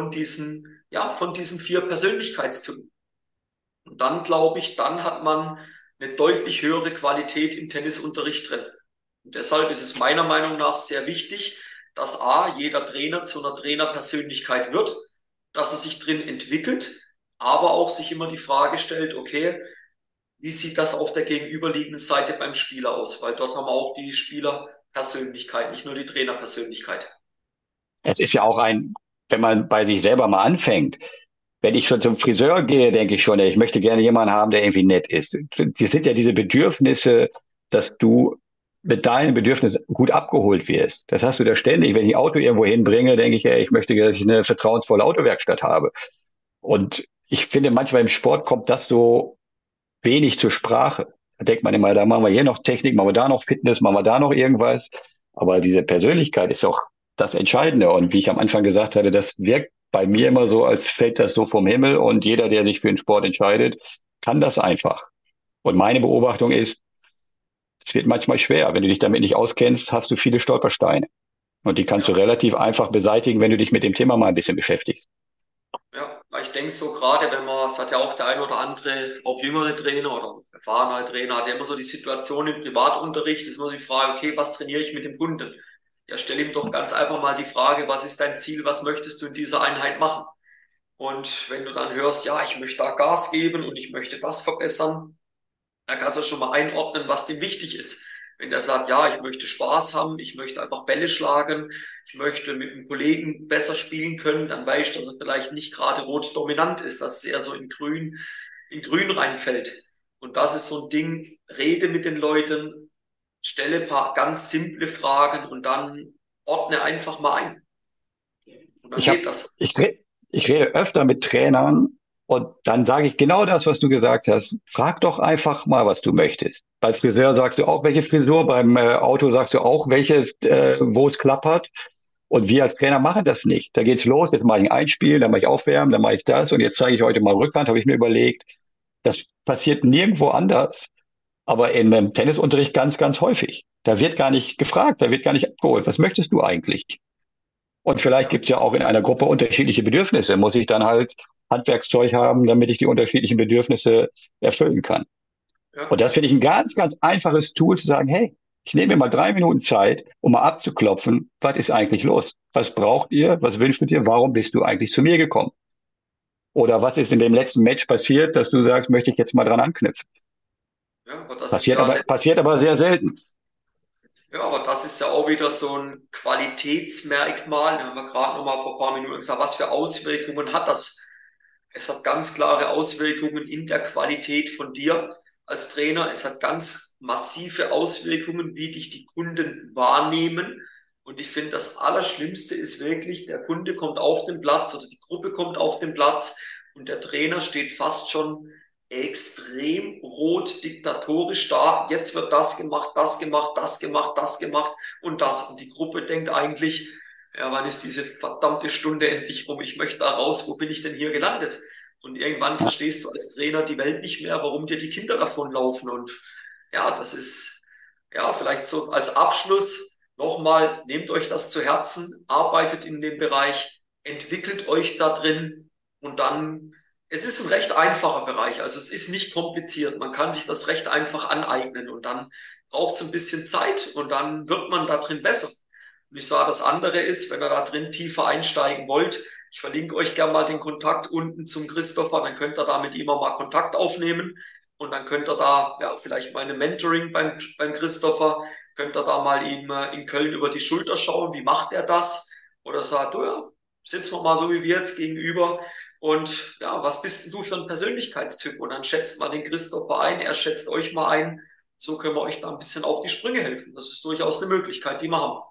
von diesen 4 Persönlichkeitstypen. Und dann glaube ich, dann hat man eine deutlich höhere Qualität im Tennisunterricht drin. Und deshalb ist es meiner Meinung nach sehr wichtig, dass A, jeder Trainer zu einer Trainerpersönlichkeit wird, dass er sich drin entwickelt, aber auch sich immer die Frage stellt, okay, wie sieht das auf der gegenüberliegenden Seite beim Spieler aus? Weil dort haben wir auch die Spieler Persönlichkeit, nicht nur die Trainerpersönlichkeit. Es ist ja auch wenn man bei sich selber mal anfängt. Wenn ich schon zum Friseur gehe, denke ich schon, ey, ich möchte gerne jemanden haben, der irgendwie nett ist. Die sind ja diese Bedürfnisse, dass du mit deinen Bedürfnissen gut abgeholt wirst. Das hast du da ständig. Wenn ich ein Auto irgendwo hinbringe, denke ich, ey, ich möchte, dass ich eine vertrauensvolle Autowerkstatt habe. Und ich finde, manchmal im Sport kommt das so wenig zur Sprache. Da denkt man immer, da machen wir hier noch Technik, machen wir da noch Fitness, machen wir da noch irgendwas. Aber diese Persönlichkeit ist auch das Entscheidende. Und wie ich am Anfang gesagt hatte, das wirkt bei mir immer so, als fällt das so vom Himmel. Und jeder, der sich für den Sport entscheidet, kann das einfach. Und meine Beobachtung ist, es wird manchmal schwer. Wenn du dich damit nicht auskennst, hast du viele Stolpersteine. Und die kannst du Ja. relativ einfach beseitigen, wenn du dich mit dem Thema mal ein bisschen beschäftigst. Ja, weil ich denke so gerade, wenn man, es hat ja auch der ein oder andere, auch jüngere Trainer oder erfahrene Trainer, hat ja immer so die Situation im Privatunterricht, ist immer die Frage, okay, was trainiere ich mit dem Kunden? Ja, stell ihm doch ganz einfach mal die Frage, was ist dein Ziel, was möchtest du in dieser Einheit machen? Und wenn du dann hörst, ja, ich möchte da Gas geben und ich möchte das verbessern, da kannst du schon mal einordnen, was dem wichtig ist. Wenn der sagt, ja, ich möchte Spaß haben, ich möchte einfach Bälle schlagen, ich möchte mit einem Kollegen besser spielen können, dann weiß ich, dass er vielleicht nicht gerade rot dominant ist, dass es eher so in Grün reinfällt. Und das ist so ein Ding, rede mit den Leuten, stelle ein paar ganz simple Fragen und dann ordne einfach mal ein. Und dann Ich habe, geht das. ich rede öfter mit Trainern und dann sage ich genau das, was du gesagt hast. Frag doch einfach mal, was du möchtest. Bei Friseur sagst du auch, welche Frisur, beim Auto sagst du auch, welches, wo es klappert. Und wir als Trainer machen das nicht. Da geht's los, jetzt mache ich ein Einspiel, dann mache ich Aufwärmen, dann mache ich das und jetzt zeige ich heute mal Rückwand, habe ich mir überlegt. Das passiert nirgendwo anders, aber in einem Tennisunterricht ganz, ganz häufig. Da wird gar nicht gefragt, da wird gar nicht abgeholt. Was möchtest du eigentlich? Und vielleicht Ja, gibt's ja auch in einer Gruppe unterschiedliche Bedürfnisse. Muss ich dann halt Handwerkszeug haben, damit ich die unterschiedlichen Bedürfnisse erfüllen kann. Und ja. das finde ich ein ganz, ganz einfaches Tool zu sagen, hey, ich nehme mir mal 3 Minuten Zeit, um mal abzuklopfen, was ist eigentlich los? Was braucht ihr? Was wünscht ihr? Warum bist du eigentlich zu mir gekommen? Oder was ist in dem letzten Match passiert, dass du sagst, möchte ich jetzt mal dran anknüpfen? Ja, aber das ist ja Passiert aber sehr selten. Ja, aber das ist ja auch wieder so ein Qualitätsmerkmal. Wir haben ja gerade noch mal vor ein paar Minuten gesagt, was für Auswirkungen hat das? Es hat ganz klare Auswirkungen in der Qualität von dir als Trainer. Es hat ganz massive Auswirkungen, wie dich die Kunden wahrnehmen. Und ich finde, das Allerschlimmste ist wirklich, der Kunde kommt auf den Platz oder die Gruppe kommt auf den Platz und der Trainer steht fast schon extrem rot, diktatorisch da. Jetzt wird das gemacht, das gemacht, das gemacht, das gemacht und das. Und die Gruppe denkt eigentlich, ja, wann ist diese verdammte Stunde endlich rum? Ich möchte da raus. Wo bin ich denn hier gelandet? Und irgendwann Ja, verstehst du als Trainer die Welt nicht mehr, warum dir die Kinder davonlaufen. Und ja, das ist, ja, vielleicht so als Abschluss nochmal, nehmt euch das zu Herzen, arbeitet in dem Bereich, entwickelt euch da drin und dann, es ist ein recht einfacher Bereich. Also es ist nicht kompliziert. Man kann sich das recht einfach aneignen und dann braucht es ein bisschen Zeit und dann wird man da drin besser. Und ich sage, das andere ist, wenn ihr da drin tiefer einsteigen wollt, ich verlinke euch gerne mal den Kontakt unten zum Christopher, dann könnt ihr da mit ihm auch mal Kontakt aufnehmen und dann könnt ihr da, ja, vielleicht meine Mentoring beim Christopher, könnt ihr da mal ihm in Köln über die Schulter schauen, wie macht er das? Oder sagt, du ja, sitzen wir mal so wie wir jetzt gegenüber und ja, was bist denn du für ein Persönlichkeitstyp? Und dann schätzt man den Christopher ein, er schätzt euch mal ein. So können wir euch da ein bisschen auf die Sprünge helfen. Das ist durchaus eine Möglichkeit, die wir haben.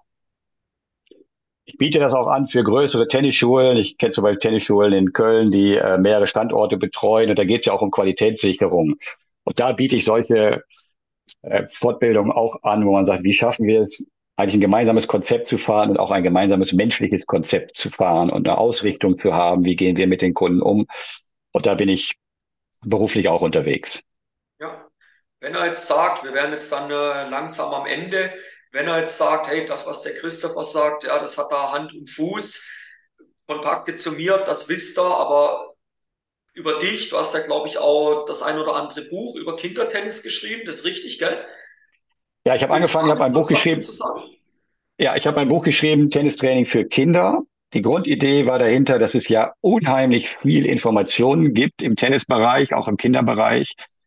ich biete das auch an für größere Tennisschulen. Ich kenne zum Beispiel Tennisschulen in Köln, die mehrere Standorte betreuen. Und da geht es ja auch um Qualitätssicherung. Und da biete ich solche Fortbildungen auch an, wo man sagt, wie schaffen wir es, eigentlich ein gemeinsames Konzept zu fahren und auch ein gemeinsames menschliches Konzept zu fahren und eine Ausrichtung zu haben, wie gehen wir mit den Kunden um. Und da bin ich beruflich auch unterwegs. Ja, wenn er jetzt sagt, wir werden jetzt dann langsam am Ende, wenn er jetzt sagt, hey, das, was der Christopher sagt, ja, das hat da Hand und Fuß, Kontakte zu mir, das wisst ihr, aber über dich, du hast ja, glaube ich, auch das ein oder andere Buch über Kindertennis geschrieben, das ist richtig, gell? Ja, ich habe Willst du angefangen, da habe noch ein Buch kurz was geschrieben. dazu sagen? Ja, ich habe ein Buch geschrieben, Tennistraining für Kinder. Die Grundidee war dahinter, dass es ja unheimlich viel Informationen gibt im Tennisbereich, auch im Kinderbereich.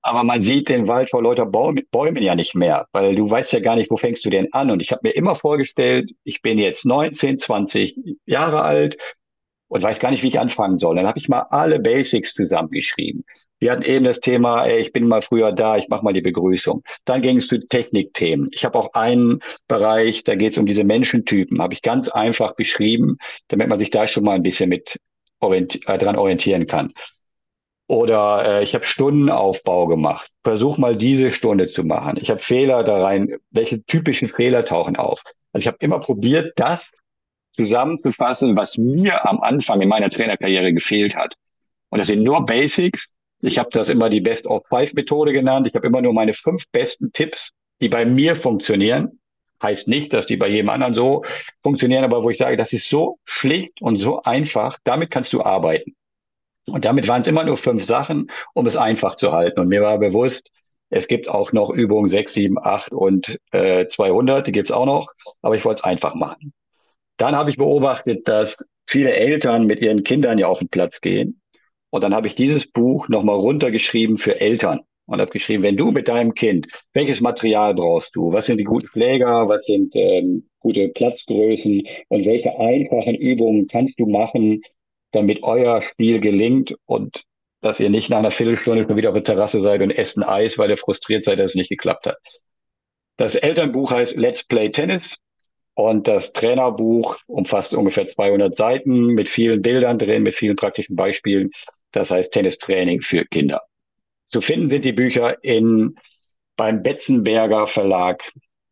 Aber man sieht den Wald vor lauter Bäumen ja nicht mehr, weil du weißt ja gar nicht, wo fängst du denn an. Und ich habe mir immer vorgestellt, ich bin jetzt 19, 20 Jahre alt und weiß gar nicht, wie ich anfangen soll. Dann habe ich mal alle Basics zusammengeschrieben. Wir hatten eben das Thema, ey, ich bin mal früher da, ich mache mal die Begrüßung. Dann ging es zu Technikthemen. Ich habe auch einen Bereich, da geht es um diese Menschentypen, habe ich ganz einfach beschrieben, damit man sich da schon mal ein bisschen mit dran orientieren kann. Oder ich habe Stundenaufbau gemacht. Versuch mal diese Stunde zu machen. Ich habe Fehler da rein. Welche typischen Fehler tauchen auf? Also ich habe immer probiert, das zusammenzufassen, was mir am Anfang in meiner Trainerkarriere gefehlt hat. Und das sind nur Basics. Ich habe das immer die Best-of-Five-Methode genannt. Ich habe immer nur meine 5 besten Tipps, die bei mir funktionieren. Heißt nicht, dass die bei jedem anderen so funktionieren, aber wo ich sage, das ist so schlicht und so einfach, damit kannst du arbeiten. Und damit waren es immer nur 5 Sachen, um es einfach zu halten. Und mir war bewusst, es gibt auch noch Übungen 6, 7, 8 und 200, die gibt's auch noch, aber ich wollte es einfach machen. Dann habe ich beobachtet, dass viele Eltern mit ihren Kindern ja auf den Platz gehen. Und dann habe ich dieses Buch nochmal runtergeschrieben für Eltern und habe geschrieben, wenn du mit deinem Kind, welches Material brauchst du? Was sind die guten Schläger? Was sind gute Platzgrößen? Und welche einfachen Übungen kannst du machen, damit euer Spiel gelingt und dass ihr nicht nach einer Viertelstunde schon wieder auf der Terrasse seid und esst ein Eis, weil ihr frustriert seid, dass es nicht geklappt hat. Das Elternbuch heißt Let's Play Tennis und das Trainerbuch umfasst ungefähr 200 Seiten mit vielen Bildern drin, mit vielen praktischen Beispielen. Das heißt Tennistraining für Kinder. Zu finden sind die Bücher beim Betzenberger Verlag.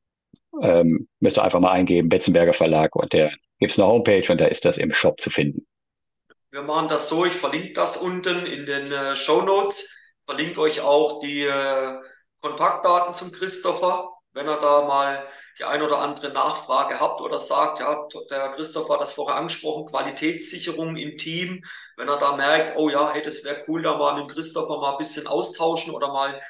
Müsst ihr einfach mal eingeben, Betzenberger Verlag. Und da gibt es eine Homepage und da ist das im Shop zu finden. Wir machen das so, ich verlinke das unten in den Show Notes, verlinke euch auch die Kontaktdaten zum Christopher, wenn ihr da mal die ein oder andere Nachfrage habt oder sagt, ja, der Christopher hat das vorher angesprochen, Qualitätssicherung im Team, wenn er da merkt, oh ja, hey, das wäre cool, da mal mit dem Christopher mal ein bisschen austauschen oder mal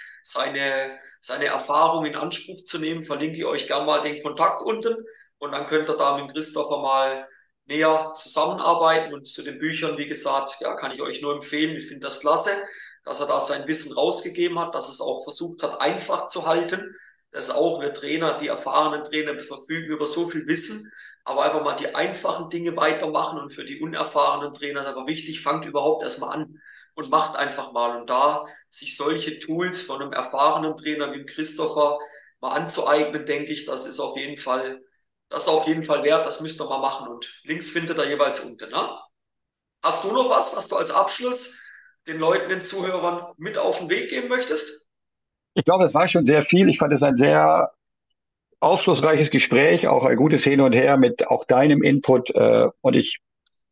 seine Erfahrung in Anspruch zu nehmen, verlinke ich euch gerne mal den Kontakt unten und dann könnt ihr da mit dem Christopher mal näher zusammenarbeiten. Und zu den Büchern, wie gesagt, ja, kann ich euch nur empfehlen. Ich finde das klasse, dass er da sein Wissen rausgegeben hat, dass es auch versucht hat, einfach zu halten. Dass auch wir Trainer, die erfahrenen Trainer, verfügen über so viel Wissen, aber einfach mal die einfachen Dinge weitermachen. Und für die unerfahrenen Trainer ist aber wichtig, fangt überhaupt erstmal an und macht einfach mal. Und da sich solche Tools von einem erfahrenen Trainer wie Christopher mal anzueignen, denke ich, das ist auf jeden Fall wert, das müsst ihr mal machen. Und Links findet ihr jeweils unten. Ne? Hast du noch was du als Abschluss den Leuten, den Zuhörern mit auf den Weg geben möchtest? Ich glaube, es war schon sehr viel. Ich fand es ein sehr aufschlussreiches Gespräch, auch ein gutes Hin und Her mit auch deinem Input. Und ich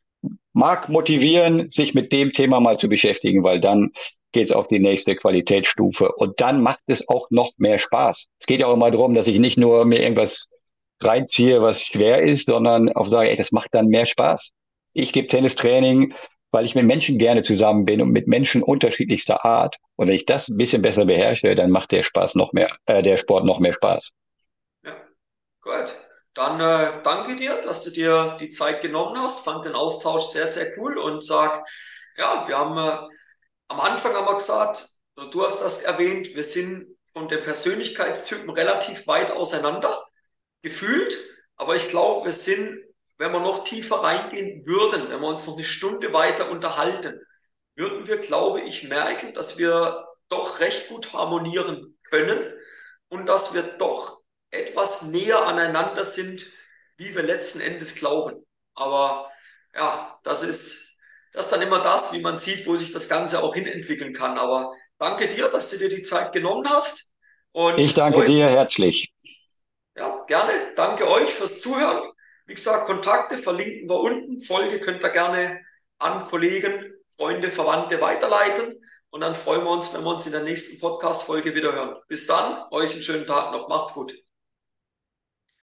mag motivieren, sich mit dem Thema mal zu beschäftigen, weil dann geht es auf die nächste Qualitätsstufe. Und dann macht es auch noch mehr Spaß. Es geht ja auch immer darum, dass ich nicht nur mir irgendwas reinziehe, was schwer ist, sondern auch sage, ey, das macht dann mehr Spaß. Ich gebe Tennistraining, weil ich mit Menschen gerne zusammen bin und mit Menschen unterschiedlichster Art. Und wenn ich das ein bisschen besser beherrsche, dann macht der Sport noch mehr Spaß. Ja, gut. Dann danke dir, dass du dir die Zeit genommen hast. Fand den Austausch sehr, sehr cool und sag, ja, wir haben am Anfang haben wir gesagt, du hast das erwähnt, wir sind von den Persönlichkeitstypen relativ weit auseinander gefühlt, aber ich glaube, wir sind, wenn wir noch tiefer reingehen würden, wenn wir uns noch eine Stunde weiter unterhalten, würden wir, glaube ich, merken, dass wir doch recht gut harmonieren können und dass wir doch etwas näher aneinander sind, wie wir letzten Endes glauben. Aber ja, das ist dann immer das, wie man sieht, wo sich das Ganze auch hin entwickeln kann. Aber danke dir, dass du dir die Zeit genommen hast Ich und danke dir euch. herzlich. Ja, gerne. Danke euch fürs Zuhören. Wie gesagt, Kontakte verlinken wir unten. Folge könnt ihr gerne an Kollegen, Freunde, Verwandte weiterleiten. Und dann freuen wir uns, wenn wir uns in der nächsten Podcast-Folge wieder hören. Bis dann, euch einen schönen Tag noch. Macht's gut.